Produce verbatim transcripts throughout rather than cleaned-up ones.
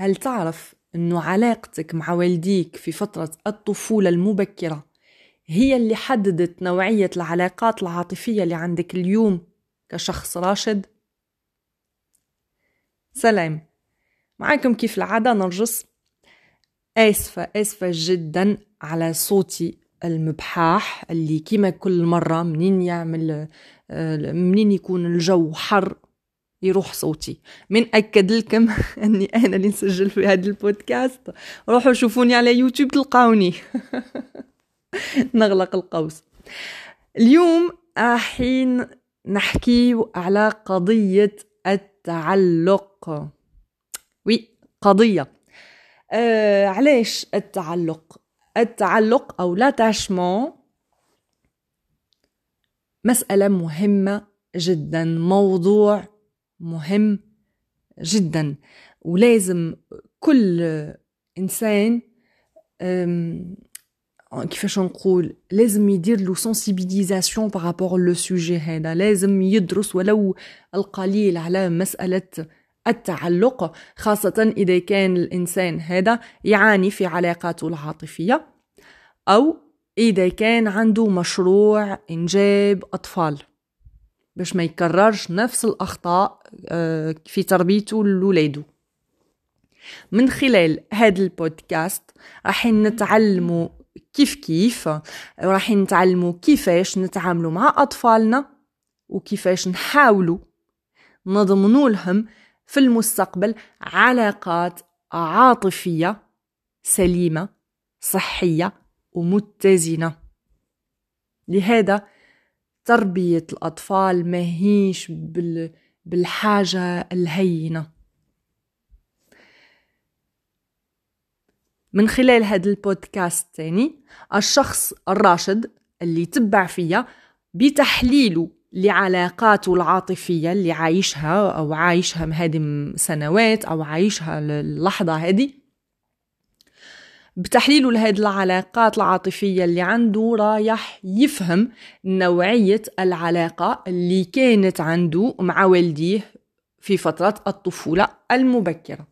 هل تعرف أنه علاقتك مع والديك في فترة الطفولة المبكرة هي اللي حددت نوعية العلاقات العاطفية اللي عندك اليوم كشخص راشد؟ سلام، معاكم كيف العادة نرجس. آسفة آسفة جدا على صوتي المبحاح اللي كيما كل مرة منين يعمل منين يكون الجو حر يروح صوتي. من أكد لكم أني أنا اللي نسجل في هذا البودكاست، روحوا شوفوني على يوتيوب تلقاوني. نغلق القوس. اليوم راحين نحكي على قضية التعلق. وي قضية آه، علاش التعلق التعلق أو لاتاشمون مسألة مهمة جدا، موضوع مهم جدا، ولازم كل إنسان كيفاش نقول لازم يدير له سنسيبيليزاسيون بارابور لو سوجي هذا، لازم يدرس ولو القليل على مسألة التعلق، خاصة إذا كان الإنسان هذا يعاني في علاقاته العاطفية أو إذا كان عنده مشروع إنجاب أطفال، باش ما يكررش نفس الأخطاء في تربيته لولاده. من خلال هذا البودكاست راح نتعلموا كيف كيف راح نتعلموا كيفاش نتعاملوا مع أطفالنا، وكيفاش نحاولوا نضمنوا لهم في المستقبل علاقات عاطفية سليمة صحية ومتزنة. لهذا تربية الأطفال ما هيش بال... بالحاجة الهينة. من خلال هذا البودكاست تاني الشخص الراشد اللي يتبع فيا بتحليله لعلاقاته العاطفية اللي عايشها أو عايشها هذه سنوات أو عايشها اللحظة هذه، بتحليله لهذه العلاقات العاطفية اللي عنده رايح يفهم نوعية العلاقة اللي كانت عنده مع والديه في فترة الطفولة المبكرة.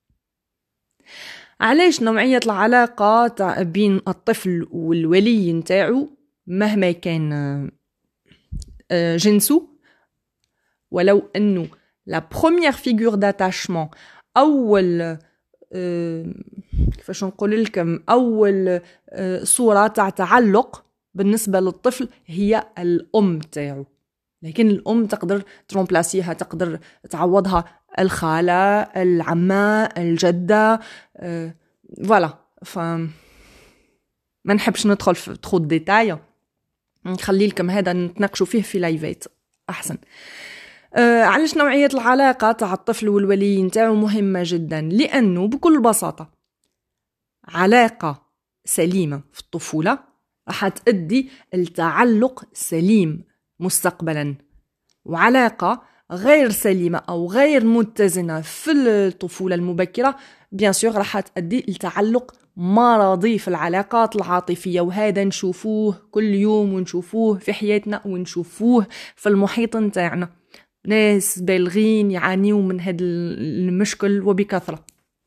علاش نوعية العلاقة بين الطفل والولي نتاعو مهما كان جنسه، ولو أنه la première figure d'attachement أول كيفاش نقول لكم أول صورة تاع تعلق بالنسبة للطفل هي الأم تاعو، لكن الأم تقدر ترومبلاسيها، تقدر تعوضها الخالة، العمة، الجدة، فوالا. ف ما نحبش ندخل في تخوض ديتاي، نخلي لكم هذا نتناقشوا فيه في لايفات أحسن. آه علاش نوعية العلاقة تاع الطفل والولي نتاعو مهمة جدا؟ لأنه بكل بساطة علاقة سليمة في الطفولة راح تؤدي التعلق سليم مستقبلا، وعلاقة غير سليمة أو غير متزنة في الطفولة المبكرة بيان سور راح تؤدي التعلق مرضي في العلاقات العاطفية. وهذا نشوفوه كل يوم ونشوفوه في حياتنا ونشوفوه في المحيط نتاعنا، ناس بالغين يعانيوا من هذا المشكل وبكثرة.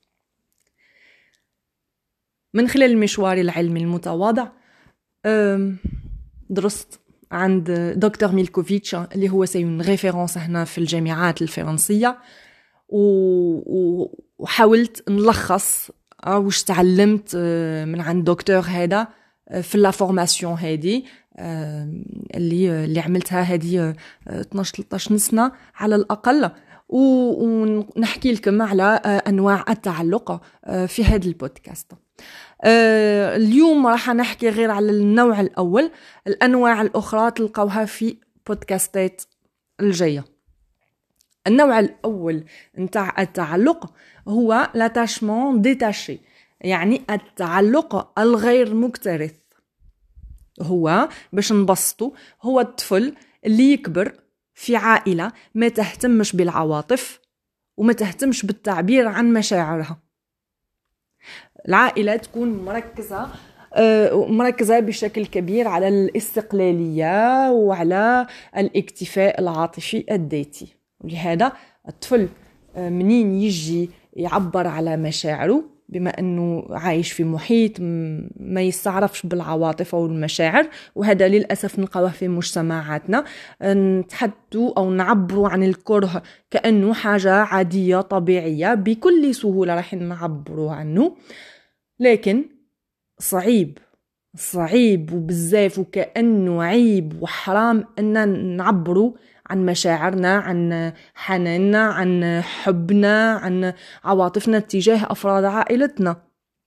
من خلال المشوار العلمي المتواضع درست عند دكتور ميلكوفيتش اللي هو سيون ريفيرونس هنا في الجامعات الفرنسية، وحاولت نلخص واش تعلمت من عند دكتور هذا في لا فورماسيون هذه اللي اللي عملتها هذه اثناش ثلاثة عشر سنة على الأقل، ونحكي لكم على أنواع التعلق في هذا البودكاست. اليوم راح نحكي غير على النوع الأول، الأنواع الأخرى تلقوها في بودكاستات الجاية. النوع الأول نتاع التعلق هو لاتاشمون ديتاشي، يعني التعلق الغير مكترث. هو باش نبسطه هو الطفل اللي يكبر في عائلة ما تهتمش بالعواطف وما تهتمش بالتعبير عن مشاعرها. العائلة تكون مركزة مركزة بشكل كبير على الاستقلالية وعلى الاكتفاء العاطفي الذاتي، ولهذا الطفل منين يجي يعبر على مشاعره بما أنه عايش في محيط ما يستعرفش بالعواطف أو المشاعر. وهذا للأسف نلقاه في مجتمعاتنا، نتحدثوا أو نعبروا عن الكره كأنه حاجة عادية طبيعية، بكل سهولة راح نعبروا عنه، لكن صعيب صعيب وبزاف وكأنه عيب وحرام أن نعبروا عن مشاعرنا، عن حناننا، عن حبنا، عن عواطفنا تجاه أفراد عائلتنا.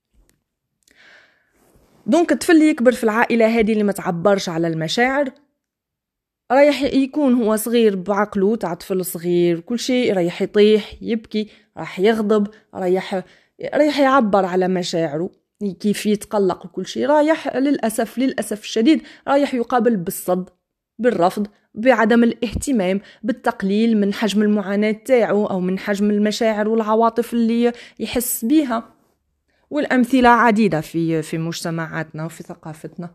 دونك الطفل اللي يكبر في العائلة هذه اللي ما تعبرش على المشاعر رايح يكون هو صغير بعقله تاع طفل صغير، كل شيء رايح يطيح يبكي، راح يغضب، رايح رايح يعبر على مشاعره، كيف يتقلق وكل شيء، رايح للأسف للأسف الشديد رايح يقابل بالصد، بالرفض، بعدم الاهتمام، بالتقليل من حجم المعاناة تاعو أو من حجم المشاعر والعواطف اللي يحس بيها. والأمثلة عديدة في في مجتمعاتنا وفي ثقافتنا.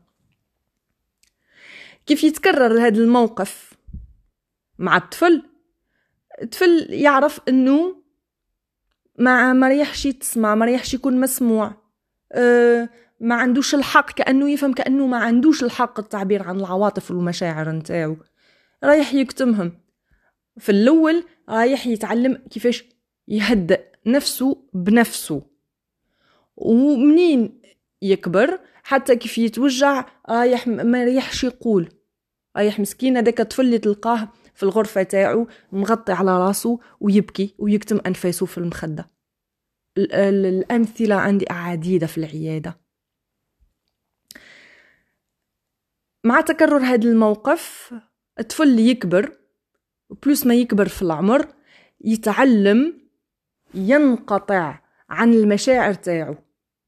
كيف يتكرر هذا الموقف مع الطفل؟ الطفل يعرف أنه ما ما ريحش يتسمع، ما ريحش يكون مسموع، أه ما عندوش الحق، كأنه يفهم كأنه ما عندوش الحق التعبير عن العواطف والمشاعر نتاعو، رايح يكتمهم. في الأول رايح يتعلم كيفاش يهدئ نفسه بنفسه، ومنين يكبر حتى كيف يتوجع رايح ما ريحش يقول، رايح مسكين هذاك الطفل اللي تلقاه في الغرفة تاعو مغطي على راسه ويبكي ويكتم أنفاسه في المخدة. الأمثلة عندي عديدة في العيادة. مع تكرر هذا الموقف الطفل اللي يكبر بلوس ما يكبر في العمر يتعلم ينقطع عن المشاعر تاعو،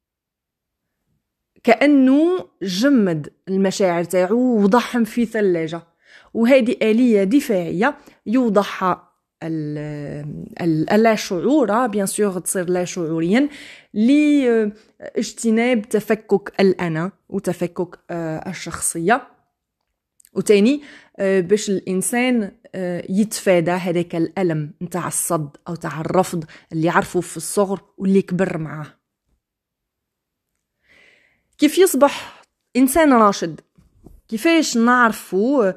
كأنه جمد المشاعر تاعو وضعهم في ثلاجة، وهذه آلية دفاعية يوضعها اللا شعورة بيان سور تصير لا شعوريا لاجتناب تفكك الأنا وتفكك الشخصية، وتاني باش الإنسان يتفادى هذاك الألم نتاع الصد أو تاع الرفض اللي عرفه في الصغر واللي كبر معاه. كيف يصبح إنسان راشد؟ كيفاش نعرفه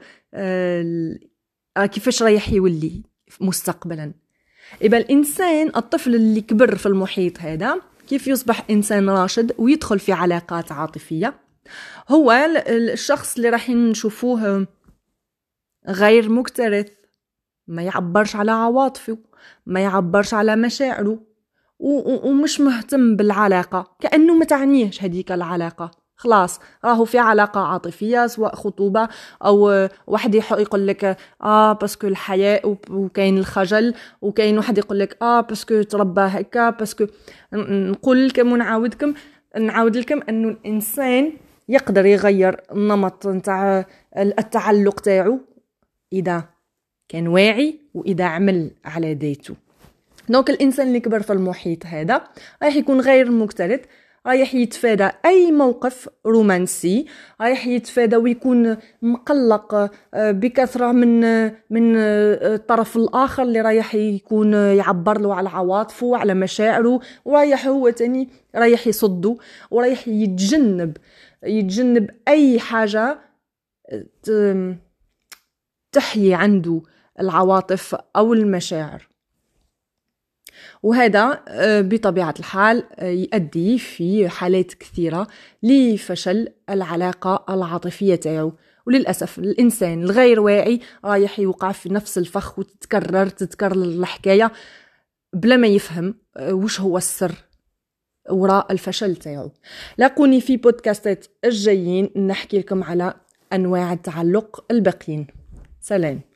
كيفاش رايح يولي مستقبلا؟ إبا الإنسان الطفل اللي كبر في المحيط هذا كيف يصبح إنسان راشد ويدخل في علاقات عاطفية؟ هو الشخص اللي راح نشوفوه غير مكترث، ما يعبرش على عواطفه، ما يعبرش على مشاعره، ومش مهتم بالعلاقة، كأنه ما تعنيهش هديك العلاقة، خلاص راهو في علاقة عاطفية سواء خطوبة أو واحد يقول لك آه باسكو الحياء وكاين الخجل، وكاين واحد يقول لك آه باسكو تربى هكا، باسكو نقول لكم ونعاودكم نعاود لكم أنه الإنسان يقدر يغير النمط نتاع التعلق تاعو إذا كان واعي وإذا عمل على ذاته. دونك الإنسان اللي كبر في المحيط هذا رايح يكون غير مكترث، رايح يتفادى أي موقف رومانسي، رايح يتفادى ويكون مقلق بكثرة من من الطرف الآخر اللي رايح يكون يعبر له على عواطفه وعلى مشاعره، ورايح هو تاني رايح يصده، ورايح يتجنب يتجنب أي حاجة تحيي عنده العواطف أو المشاعر. وهذا بطبيعة الحال يؤدي في حالات كثيرة لفشل العلاقة العاطفية تاعو. وللأسف الإنسان الغير واعي رايح يوقع في نفس الفخ وتتكرر تتكرر الحكاية بلا ما يفهم وش هو السر وراء الفشل تاعو. لاقوني في بودكاستات الجايين نحكي لكم على أنواع التعلق الباقيين. سلام.